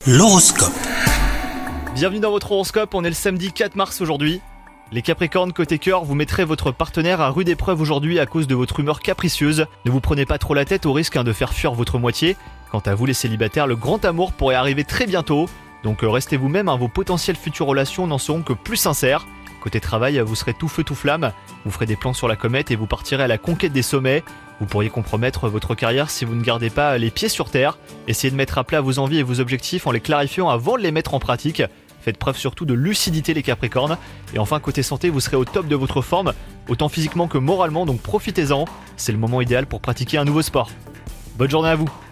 L'horoscope. Bienvenue dans votre horoscope, on est le samedi 4 mars aujourd'hui. Les Capricornes, côté cœur, vous mettrez votre partenaire à rude épreuve aujourd'hui à cause de votre humeur capricieuse. Ne vous prenez pas trop la tête au risque de faire fuir votre moitié. Quant à vous les célibataires, le grand amour pourrait arriver très bientôt. Donc restez vous-même, vos potentielles futures relations n'en seront que plus sincères. Côté travail, vous serez tout feu tout flamme, vous ferez des plans sur la comète et vous partirez à la conquête des sommets. Vous pourriez compromettre votre carrière si vous ne gardez pas les pieds sur terre. Essayez de mettre à plat vos envies et vos objectifs en les clarifiant avant de les mettre en pratique. Faites preuve surtout de lucidité les Capricornes. Et enfin côté santé, vous serez au top de votre forme, autant physiquement que moralement, donc profitez-en. C'est le moment idéal pour pratiquer un nouveau sport. Bonne journée à vous.